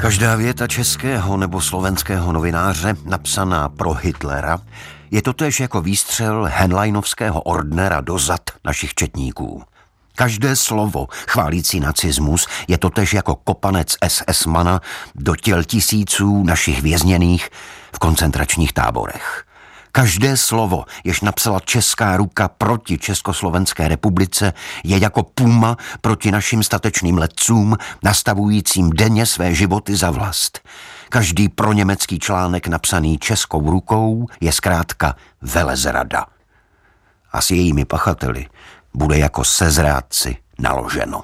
Každá věta českého nebo slovenského novináře napsaná pro Hitlera je totéž jako výstřel henleinovského ordnera do zad našich četníků. Každé slovo chválící nacismus je totéž jako kopanec SS-mana do těl tisíců našich vězněných v koncentračních táborech. Každé slovo, jež napsala česká ruka proti Československé republice, je jako puma proti našim statečným letcům, nastavujícím denně své životy za vlast. Každý proněmecký článek napsaný českou rukou je zkrátka velezrada. A s jejími pachateli bude jako se zrádci naloženo.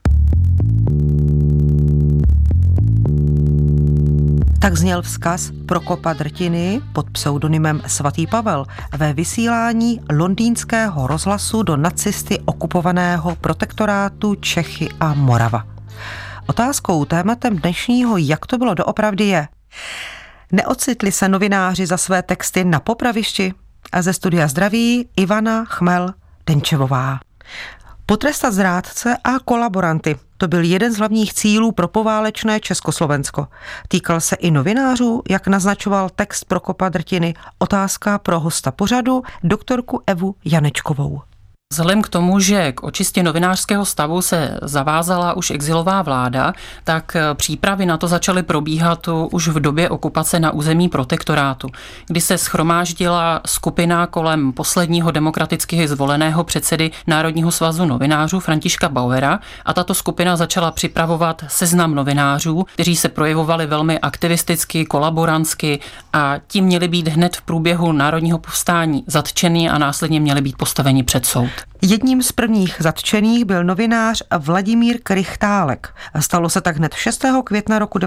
Tak zněl vzkaz Prokopa Drtiny pod pseudonymem Svatý Pavel ve vysílání londýnského rozhlasu do nacisty okupovaného protektorátu Čechy a Morava. Otázkou, tématem dnešního Jak to bylo doopravdy je: neocitli se novináři za své texty na popravišti? A ze studia zdraví Ivana Chmel-Denčevová. Potrestat zrádce a kolaboranty. To byl jeden z hlavních cílů pro poválečné Československo. Týkal se i novinářů, jak naznačoval text Prokopa Drtiny. Otázka pro hosta pořadu, doktorku Evu Janečkovou. Vzhledem k tomu, že k očistě novinářského stavu se zavázala už exilová vláda, tak přípravy na to začaly probíhat už v době okupace na území protektorátu, kdy se shromáždila skupina kolem posledního demokraticky zvoleného předsedy Národního svazu novinářů Františka Bauera a tato skupina začala připravovat seznam novinářů, kteří se projevovali velmi aktivisticky, kolaborantsky a tím měli být hned v průběhu národního povstání zatčeni a následně měli být postaveni před soud. Jedním z prvních zatčených byl novinář Vladimír Krychtálek. Stalo se tak hned 6. května roku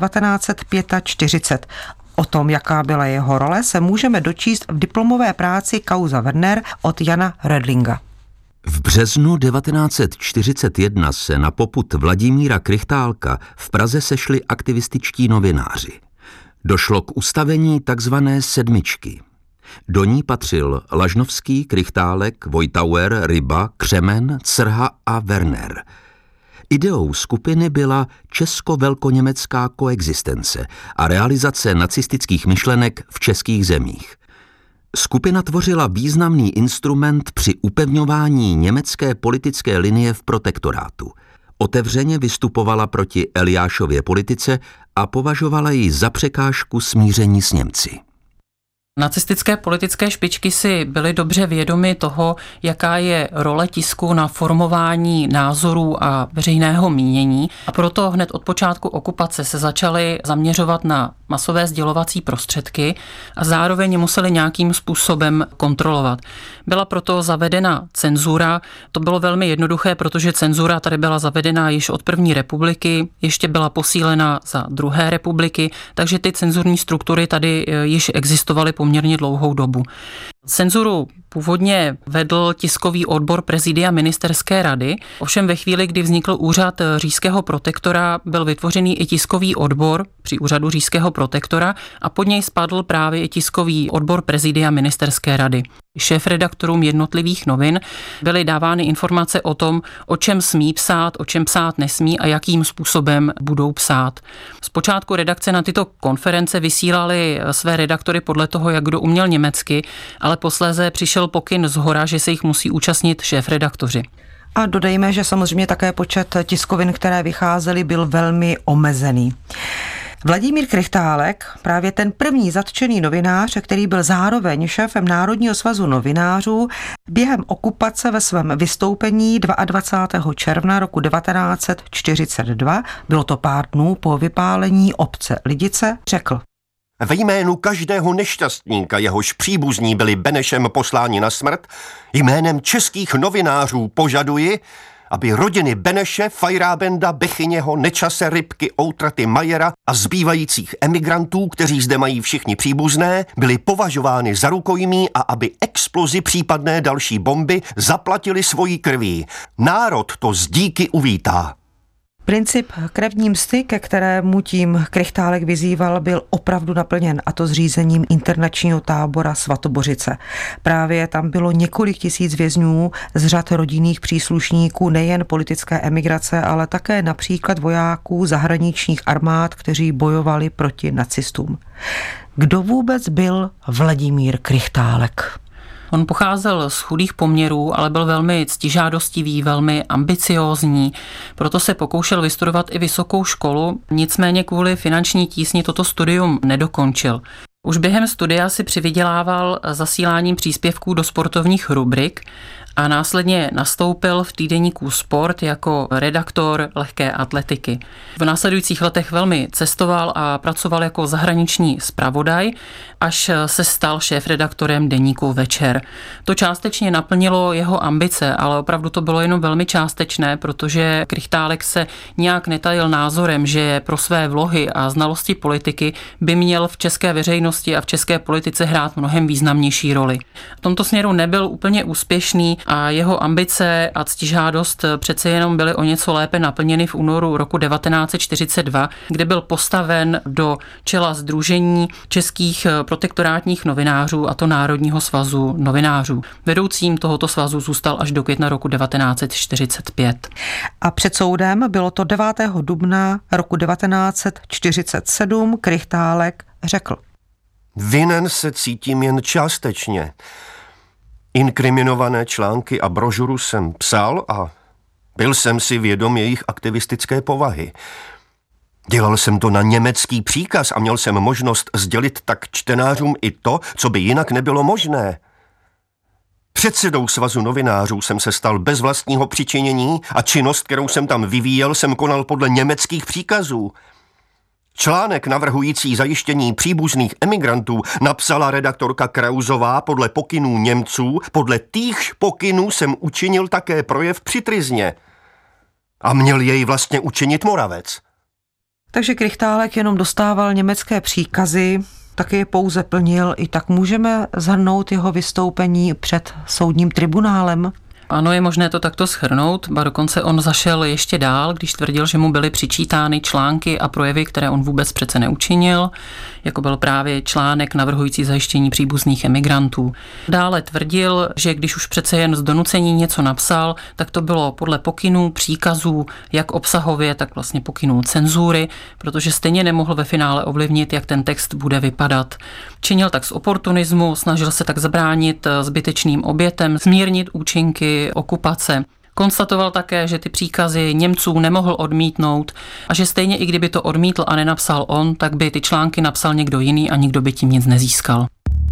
1945. O tom, jaká byla jeho role, se můžeme dočíst v diplomové práci Kauza Werner od Jana Rödlinga. V březnu 1941 se na popud Vladimíra Krychtálka v Praze sešli aktivističtí novináři. Došlo k ustavení takzvané sedmičky. Do ní patřil Lažnovský, Krychtálek, Wojtauer, Ryba, Křemen, Crha a Werner. Ideou skupiny byla česko-velkoněmecká koexistence a realizace nacistických myšlenek v českých zemích. Skupina tvořila významný instrument při upevňování německé politické linie v protektorátu. Otevřeně vystupovala proti Eliášově politice a považovala ji za překážku smíření s Němci. Nacistické politické špičky si byly dobře vědomy toho, jaká je role tisku na formování názorů a veřejného mínění, a proto hned od počátku okupace se začaly zaměřovat na masové sdělovací prostředky a zároveň museli nějakým způsobem kontrolovat. Byla proto zavedena cenzura. To bylo velmi jednoduché, protože cenzura tady byla zavedena již od první republiky, ještě byla posílena za druhé republiky, takže ty cenzurní struktury tady již existovaly poměrně dlouhou dobu. Cenzuru původně vedl tiskový odbor Prezidia ministerské rady, ovšem ve chvíli, kdy vznikl úřad říšského protektora, byl vytvořený i tiskový odbor při úřadu říšského protektora a pod něj spadl právě i tiskový odbor Prezidia ministerské rady. Šéfredaktorům jednotlivých novin byly dávány informace o tom, o čem smí psát, o čem psát nesmí a jakým způsobem budou psát. Zpočátku redakce na tyto konference vysílali své redaktory podle toho, jak kdo uměl německy, ale posléze přišel pokyn zhora, že se jich musí účastnit šéfredaktoři. A dodejme, že samozřejmě také počet tiskovin, které vycházely, byl velmi omezený. Vladimír Krychtálek, právě ten první zatčený novinář, který byl zároveň šéfem Národního svazu novinářů, během okupace ve svém vystoupení 22. června roku 1942, bylo to pár dnů po vypálení obce Lidice, řekl: Ve jménu každého nešťastníka, jehož příbuzní byli Benešem posláni na smrt, jménem českých novinářů požaduji, aby rodiny Beneše, Fajrábenda, Bechyněho, Nečase, Rybky, Outraty, Majera a zbývajících emigrantů, kteří zde mají všichni příbuzné, byly považovány za rukojmí a aby explozi případné další bomby zaplatili svojí krví. Národ to s díky uvítá. Princip krevní msty, ke kterému tím Krychtálek vyzýval, byl opravdu naplněn, a to zřízením internačního tábora Svatobořice. Právě tam bylo několik tisíc vězňů z řad rodinných příslušníků nejen politické emigrace, ale také například vojáků zahraničních armád, kteří bojovali proti nacistům. Kdo vůbec byl Vladimír Krychtálek? On pocházel z chudých poměrů, ale byl velmi ctižádostivý, velmi ambiciózní, proto se pokoušel vystudovat i vysokou školu, nicméně kvůli finanční tísni toto studium nedokončil. Už během studia si přivydělával zasíláním příspěvků do sportovních rubrik a následně nastoupil v týdeníku Sport jako redaktor lehké atletiky. V následujících letech velmi cestoval a pracoval jako zahraniční zpravodaj, až se stal šéfredaktorem deníku Večer. To částečně naplnilo jeho ambice, ale opravdu to bylo jenom velmi částečné, protože Krychtálek se nějak netajil názorem, že pro své vlohy a znalosti politiky by měl v české veřejnosti a v české politice hrát mnohem významnější roli. V tomto směru nebyl úplně úspěšný a jeho ambice a ctižádost přece jenom byly o něco lépe naplněny v únoru roku 1942, kde byl postaven do čela sdružení českých protektorátních novinářů, a to Národního svazu novinářů. Vedoucím tohoto svazu zůstal až do května roku 1945. A před soudem, bylo to 9. dubna roku 1947, Krychtálek řekl: Vinen se cítím jen částečně. Inkriminované články a brožuru jsem psal a byl jsem si vědom jejich aktivistické povahy. Dělal jsem to na německý příkaz a měl jsem možnost sdělit tak čtenářům i to, co by jinak nebylo možné. Předsedou svazu novinářů jsem se stal bez vlastního přičinění a činnost, kterou jsem tam vyvíjel, jsem konal podle německých příkazů. Článek navrhující zajištění příbuzných emigrantů napsala redaktorka Krausová podle pokynů Němců. Podle týchž pokynů jsem učinil také projev při tryzně. A měl jej vlastně učinit Moravec. Takže Krychtálek jenom dostával německé příkazy, taky je pouze plnil. I tak můžeme shrnout jeho vystoupení před soudním tribunálem? Ano, je možné to takto shrnout, ba dokonce on zašel ještě dál, když tvrdil, že mu byly přičítány články a projevy, které on vůbec přece neučinil, jako byl právě článek navrhující zajištění příbuzných emigrantů. Dále tvrdil, že když už přece jen z donucení něco napsal, tak to bylo podle pokynů, příkazů, jak obsahově, tak vlastně pokynů cenzury, protože stejně nemohl ve finále ovlivnit, jak ten text bude vypadat. Činil tak z oportunismu, snažil se tak zabránit zbytečným obětem, zmírnit účinky okupace. Konstatoval také, že ty příkazy Němců nemohl odmítnout a že stejně i kdyby to odmítl a nenapsal on, tak by ty články napsal někdo jiný a nikdo by tím nic nezískal.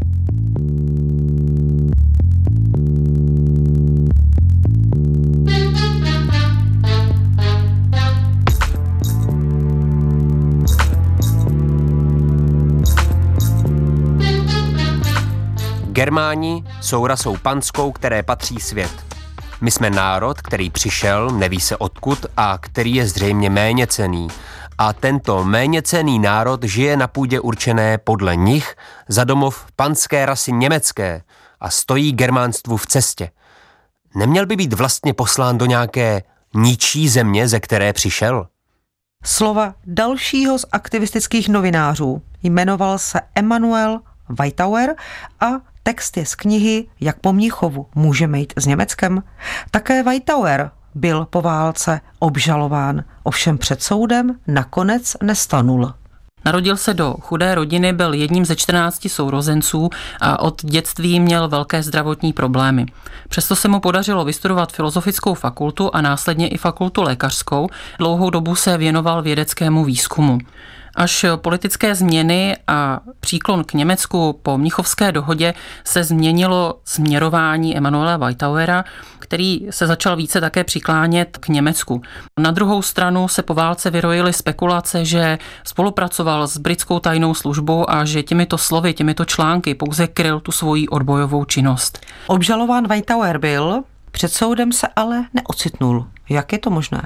Germáni jsou rasou panskou, které patří svět. My jsme národ, který přišel, neví se odkud, a který je zřejmě méněcenný. A tento méněcenný národ žije na půdě určené podle nich za domov panské rasy německé a stojí germánstvu v cestě. Neměl by být vlastně poslán do nějaké ničí země, ze které přišel? Slova dalšího z aktivistických novinářů. Jmenoval se Emanuel Weitauer a text je z knihy Jak po Mnichovu můžeme jít s Německem. Také Weitauer byl po válce obžalován, ovšem před soudem nakonec nestanul. Narodil se do chudé rodiny, byl jedním ze 14 sourozenců a od dětství měl velké zdravotní problémy. Přesto se mu podařilo vystudovat filozofickou fakultu a následně i fakultu lékařskou. Dlouhou dobu se věnoval vědeckému výzkumu. Až politické změny a příklon k Německu po Mnichovské dohodě se změnilo směrování Emanuela Weitauera, který se začal více také přiklánět k Německu. Na druhou stranu se po válce vyrojily spekulace, že spolupracoval s britskou tajnou službou a že těmito slovy, těmito články pouze kryl tu svoji odbojovou činnost. Obžalován Weitauer byl, před soudem se ale neocitnul. Jak je to možné?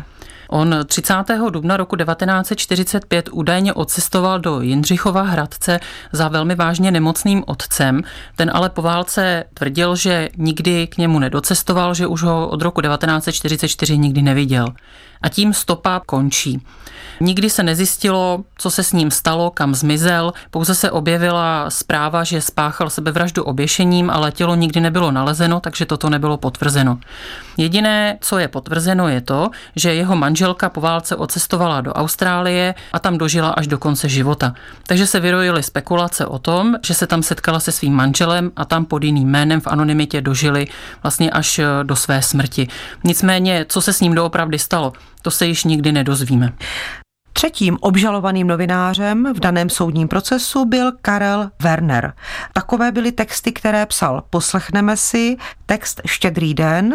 On 30. dubna roku 1945 údajně odcestoval do Jindřichova Hradce za velmi vážně nemocným otcem. Ten ale po válce tvrdil, že nikdy k němu nedocestoval, že už ho od roku 1944 nikdy neviděl. A tím stopa končí. Nikdy se nezjistilo, co se s ním stalo, kam zmizel, pouze se objevila zpráva, že spáchal sebevraždu oběšením, ale tělo nikdy nebylo nalezeno, takže toto nebylo potvrzeno. Jediné, co je potvrzeno, je to, že jeho manželka po válce odcestovala do Austrálie a tam dožila až do konce života. Takže se vyrojily spekulace o tom, že se tam setkala se svým manželem a tam pod jiným jménem v anonymitě dožili vlastně až do své smrti. Nicméně, co se s ním doopravdy stalo, to se již nikdy nedozvíme. Třetím obžalovaným novinářem v daném soudním procesu byl Karel Werner. Takové byly texty, které psal. Poslechneme si text Štědrý den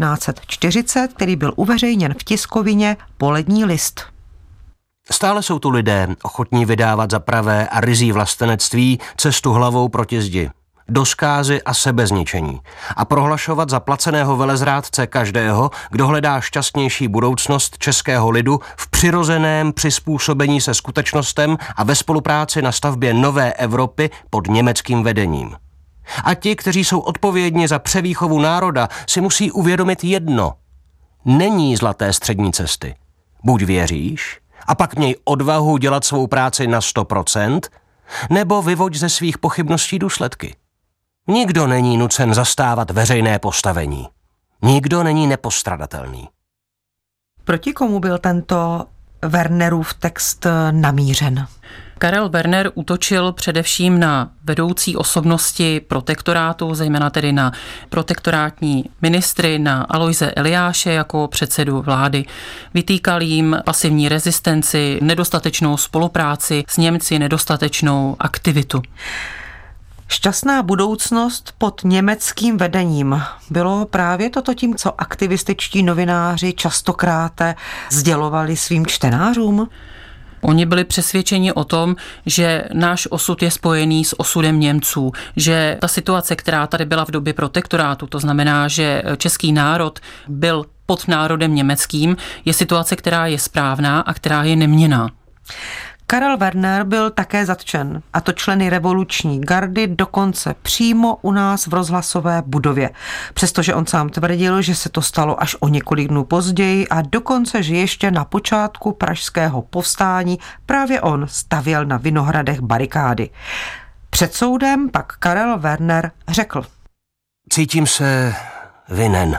1940, který byl uveřejněn v tiskovině Polední list. Stále jsou tu lidé ochotní vydávat za pravé a ryzí vlastenectví cestu hlavou proti zdi, do zkázy a sebezničení a prohlašovat za placeného velezrádce každého, kdo hledá šťastnější budoucnost českého lidu v přirozeném přizpůsobení se skutečnostem a ve spolupráci na stavbě nové Evropy pod německým vedením. A ti, kteří jsou odpovědní za převýchovu národa, si musí uvědomit jedno. Není zlaté střední cesty. Buď věříš a pak měj odvahu dělat svou práci na 100%, nebo vyvoď ze svých pochybností důsledky. Nikdo není nucen zastávat veřejné postavení. Nikdo není nepostradatelný. Proti komu byl tento Wernerův text namířen? Karel Werner útočil především na vedoucí osobnosti protektorátu, zejména tedy na protektorátní ministry, na Alojze Eliáše jako předsedu vlády. Vytýkal jim pasivní rezistenci, nedostatečnou spolupráci s Němci, nedostatečnou aktivitu. Šťastná budoucnost pod německým vedením. Bylo právě toto tím, co aktivističtí novináři častokrát sdělovali svým čtenářům? Oni byli přesvědčeni o tom, že náš osud je spojený s osudem Němců, že ta situace, která tady byla v době protektorátu, to znamená, že český národ byl pod národem německým, je situace, která je správná a která je neměnná. Karel Werner byl také zatčen, a to členy revoluční gardy, dokonce přímo u nás v rozhlasové budově. Přestože on sám tvrdil, že se to stalo až o několik dnů později a dokonce, že ještě na počátku pražského povstání právě on stavěl na Vinohradech barikády. Před soudem pak Karel Werner řekl: Cítím se vinen.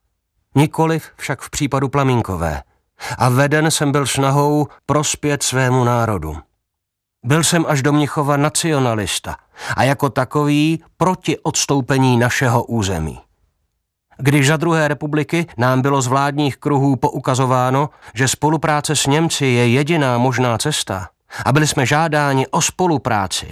Nikoliv však v případu Plamínkové. A veden jsem byl snahou prospět svému národu. Byl jsem až do Mnichova nacionalista a jako takový proti odstoupení našeho území. Když za druhé republiky nám bylo z vládních kruhů poukazováno, že spolupráce s Němci je jediná možná cesta a byli jsme žádáni o spolupráci,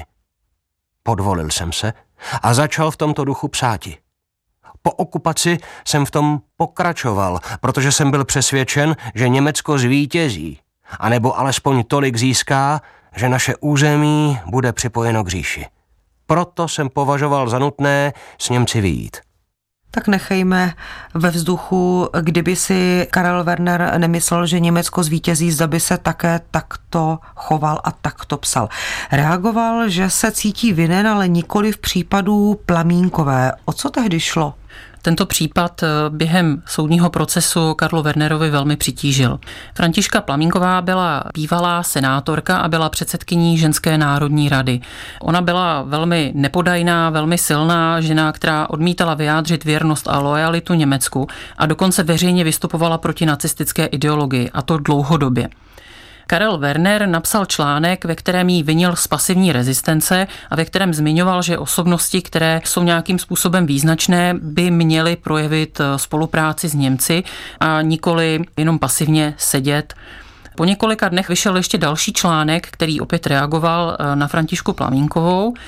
podvolil jsem se a začal v tomto duchu psáti. Po okupaci jsem v tom pokračoval, protože jsem byl přesvědčen, že Německo zvítězí, anebo alespoň tolik získá, že naše území bude připojeno k říši. Proto jsem považoval za nutné s Němci vyjít. Tak nechejme ve vzduchu, kdyby si Karel Werner nemyslel, že Německo zvítězí, zda by se také takto choval a takto psal. Reagoval, že se cítí vinen, ale nikoli v případu Plamínkové. O co tehdy šlo? Tento případ během soudního procesu Karlu Wernerovi velmi přitížil. Františka Plamínková byla bývalá senátorka a byla předsedkyní Ženské národní rady. Ona byla velmi nepodajná, velmi silná žena, která odmítala vyjádřit věrnost a lojalitu Německu a dokonce veřejně vystupovala proti nacistické ideologii, a to dlouhodobě. Karel Werner napsal článek, ve kterém jí vinil z pasivní rezistence a ve kterém zmiňoval, že osobnosti, které jsou nějakým způsobem význačné, by měly projevit spolupráci s Němci a nikoli jenom pasivně sedět. Po několika dnech vyšel ještě další článek, který opět reagoval na Františku Plamínkovou,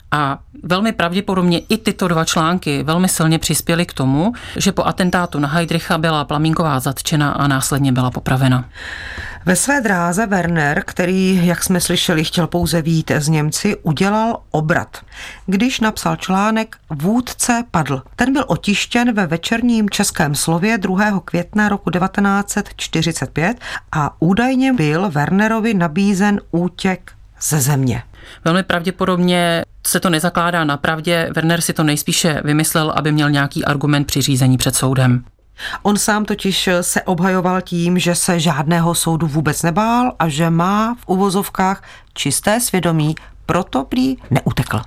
A velmi pravděpodobně i tyto dva články velmi silně přispěly k tomu, že po atentátu na Heydricha byla Plamínková zatčena a následně byla popravena. Ve své dráze Werner, který, jak jsme slyšeli, chtěl pouze vyjít z Němci, udělal obrat. Když napsal článek Vůdce padl. Ten byl otištěn ve Večerním českém slově 2. května roku 1945 a údajně byl Wernerovi nabízen útěk ze země. Velmi pravděpodobně se to nezakládá na pravdě. Werner si to nejspíše vymyslel, aby měl nějaký argument při řízení před soudem. On sám totiž se obhajoval tím, že se žádného soudu vůbec nebál a že má v uvozovkách čisté svědomí, proto prý neutekl.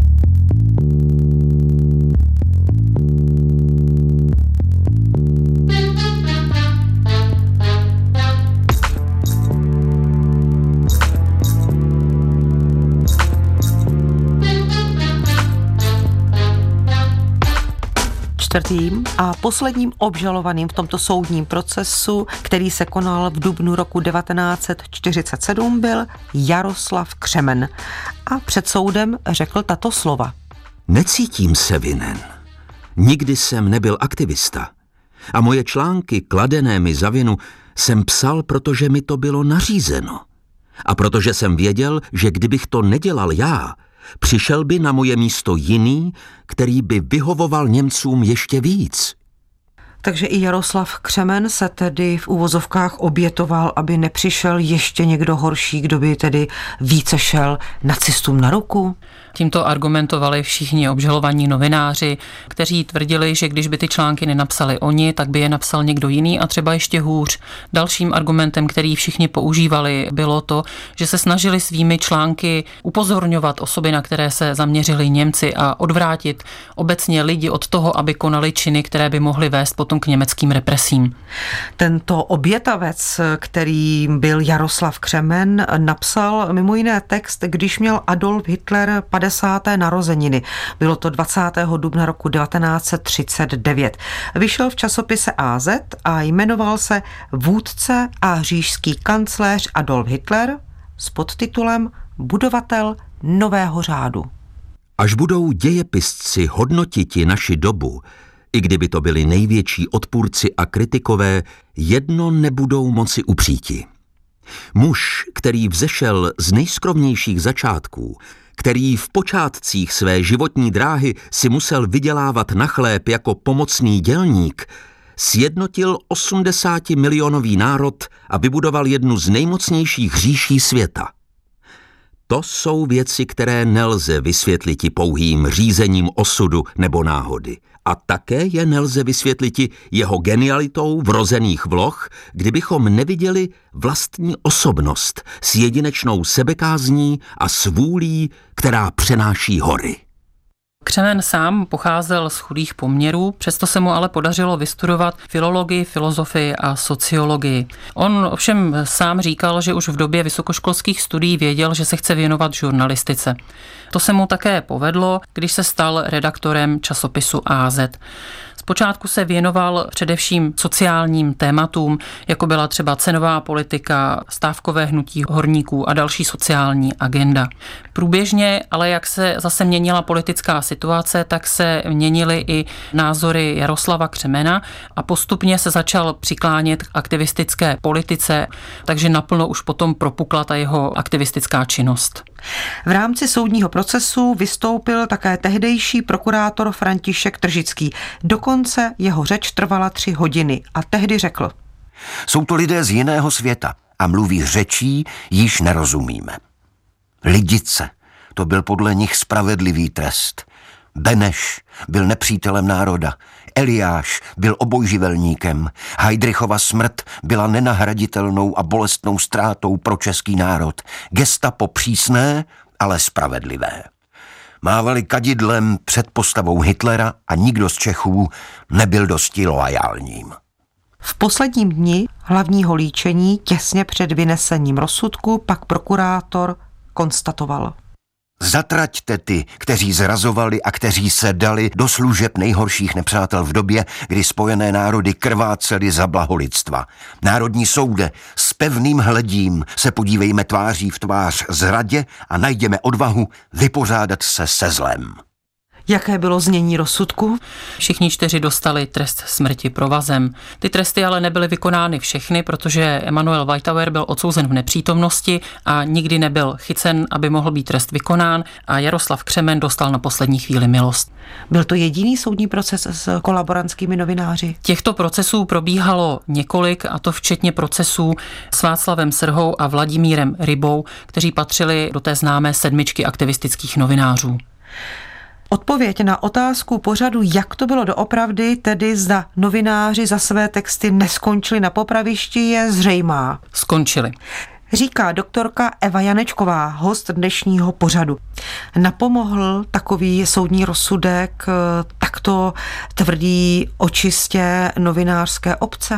Čtvrtým a posledním obžalovaným v tomto soudním procesu, který se konal v dubnu roku 1947, byl Jaroslav Křemen. A před soudem řekl tato slova. Necítím se vinen. Nikdy jsem nebyl aktivista. A moje články kladené mi za vinu jsem psal, protože mi to bylo nařízeno. A protože jsem věděl, že kdybych to nedělal já, přišel by na moje místo jiný, který by vyhovoval Němcům ještě víc. Takže i Jaroslav Křemen se tedy v uvozovkách obětoval, aby nepřišel ještě někdo horší, kdo by tedy více šel nacistům na ruku? Tímto argumentovali všichni obžalovaní novináři, kteří tvrdili, že když by ty články nenapsali oni, tak by je napsal někdo jiný a třeba ještě hůř. Dalším argumentem, který všichni používali, bylo to, že se snažili svými články upozorňovat osoby, na které se zaměřili Němci a odvrátit obecně lidi od toho, aby konali činy, které by mohly vést potom k německým represím. Tento obětavec, který byl Jaroslav Křemen, napsal mimo jiné text, když měl Adolf Hitler 50. narozeniny. Bylo to 20. dubna roku 1939. Vyšel v časopise AZ a jmenoval se Vůdce a říšský kancléř Adolf Hitler s podtitulem Budovatel nového řádu. Až budou dějepisci hodnotiti naši dobu, i kdyby to byli největší odpůrci a kritikové, jedno nebudou moci upříti. Muž, který vzešel z nejskromnějších začátků, který v počátcích své životní dráhy si musel vydělávat na chléb jako pomocný dělník, sjednotil 80-milionový národ a vybudoval jednu z nejmocnějších říší světa. To jsou věci, které nelze vysvětliti pouhým řízením osudu nebo náhody. A také je nelze vysvětliti jeho genialitou vrozených vloh, kdybychom neviděli vlastní osobnost s jedinečnou sebekázní a svůlí, která přenáší hory. Křemen sám pocházel z chudých poměrů, přesto se mu ale podařilo vystudovat filologii, filozofii a sociologii. On ovšem sám říkal, že už v době vysokoškolských studií věděl, že se chce věnovat žurnalistice. To se mu také povedlo, když se stal redaktorem časopisu AZ. Zpočátku se věnoval především sociálním tématům, jako byla třeba cenová politika, stávkové hnutí horníků a další sociální agenda. Průběžně, ale jak se zase měnila politická situace, tak se měnily i názory Jaroslava Křemena a postupně se začal přiklánět k aktivistické politice, takže naplno už potom propukla ta jeho aktivistická činnost. V rámci soudního procesu vystoupil také tehdejší prokurátor František Tržický. Dokonce jeho řeč trvala 3 hodiny a tehdy řekl: Jsou to lidé z jiného světa a mluví řečí, již nerozumíme. Lidice, to byl podle nich spravedlivý trest. Beneš byl nepřítelem národa. Eliáš byl obojživelníkem. Heydrichova smrt byla nenahraditelnou a bolestnou ztrátou pro český národ. Gestapo přísné, ale spravedlivé. Mávali kadidlem před postavou Hitlera a nikdo z Čechů nebyl dosti loajálním. V posledním dni hlavního líčení, těsně před vynesením rozsudku, pak prokurátor konstatoval: Zatraťte ty, kteří zrazovali a kteří se dali do služeb nejhorších nepřátel v době, kdy Spojené národy krvácely za blaho lidstva. Národní soude, pevným hledím se podívejme tváří v tvář zradě a najdeme odvahu vypořádat se se zlem. Jaké bylo znění rozsudku? Všichni 4 dostali trest smrti provazem. Ty tresty ale nebyly vykonány všechny, protože Emanuel Whitehour byl odsouzen v nepřítomnosti a nikdy nebyl chycen, aby mohl být trest vykonán, a Jaroslav Křemen dostal na poslední chvíli milost. Byl to jediný soudní proces s kolaborantskými novináři? Těchto procesů probíhalo několik, a to včetně procesů s Václavem Srhou a Vladimírem Rybou, kteří patřili do té známé 7 aktivistických novinářů. Odpověď na otázku pořadu, jak to bylo doopravdy, tedy zda novináři za své texty neskončili na popravišti, je zřejmá. Skončili. Říká doktorka Eva Janečková, host dnešního pořadu. Napomohl takový soudní rozsudek takto tvrdý očistě novinářské obce?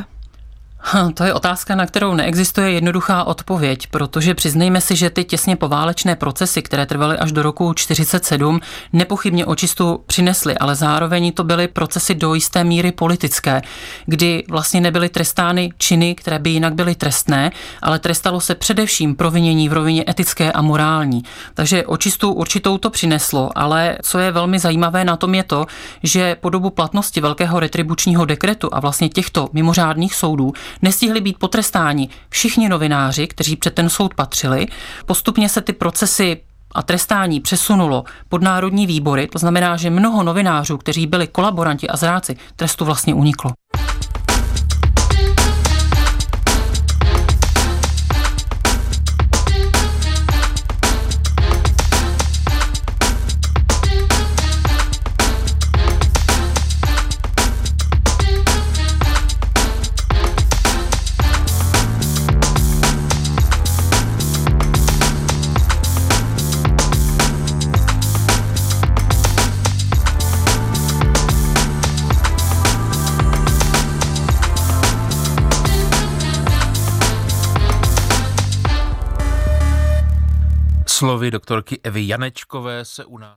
To je otázka, na kterou neexistuje jednoduchá odpověď, protože přiznejme si, že ty těsně poválečné procesy, které trvaly až do roku 1947, nepochybně očistu přinesly, ale zároveň to byly procesy do jisté míry politické, kdy vlastně nebyly trestány činy, které by jinak byly trestné, ale trestalo se především provinění v rovině etické a morální. Takže očistu určitou to přineslo, ale co je velmi zajímavé na tom je to, že po dobu platnosti velkého retribučního dekretu a vlastně těchto mimořádných soudů nestihli být potrestáni všichni novináři, kteří před ten soud patřili. Postupně se ty procesy a trestání přesunulo pod národní výbory, to znamená, že mnoho novinářů, kteří byli kolaboranti a zrádci, trestu vlastně uniklo. Slovy doktorky Evy Janečkové se u nás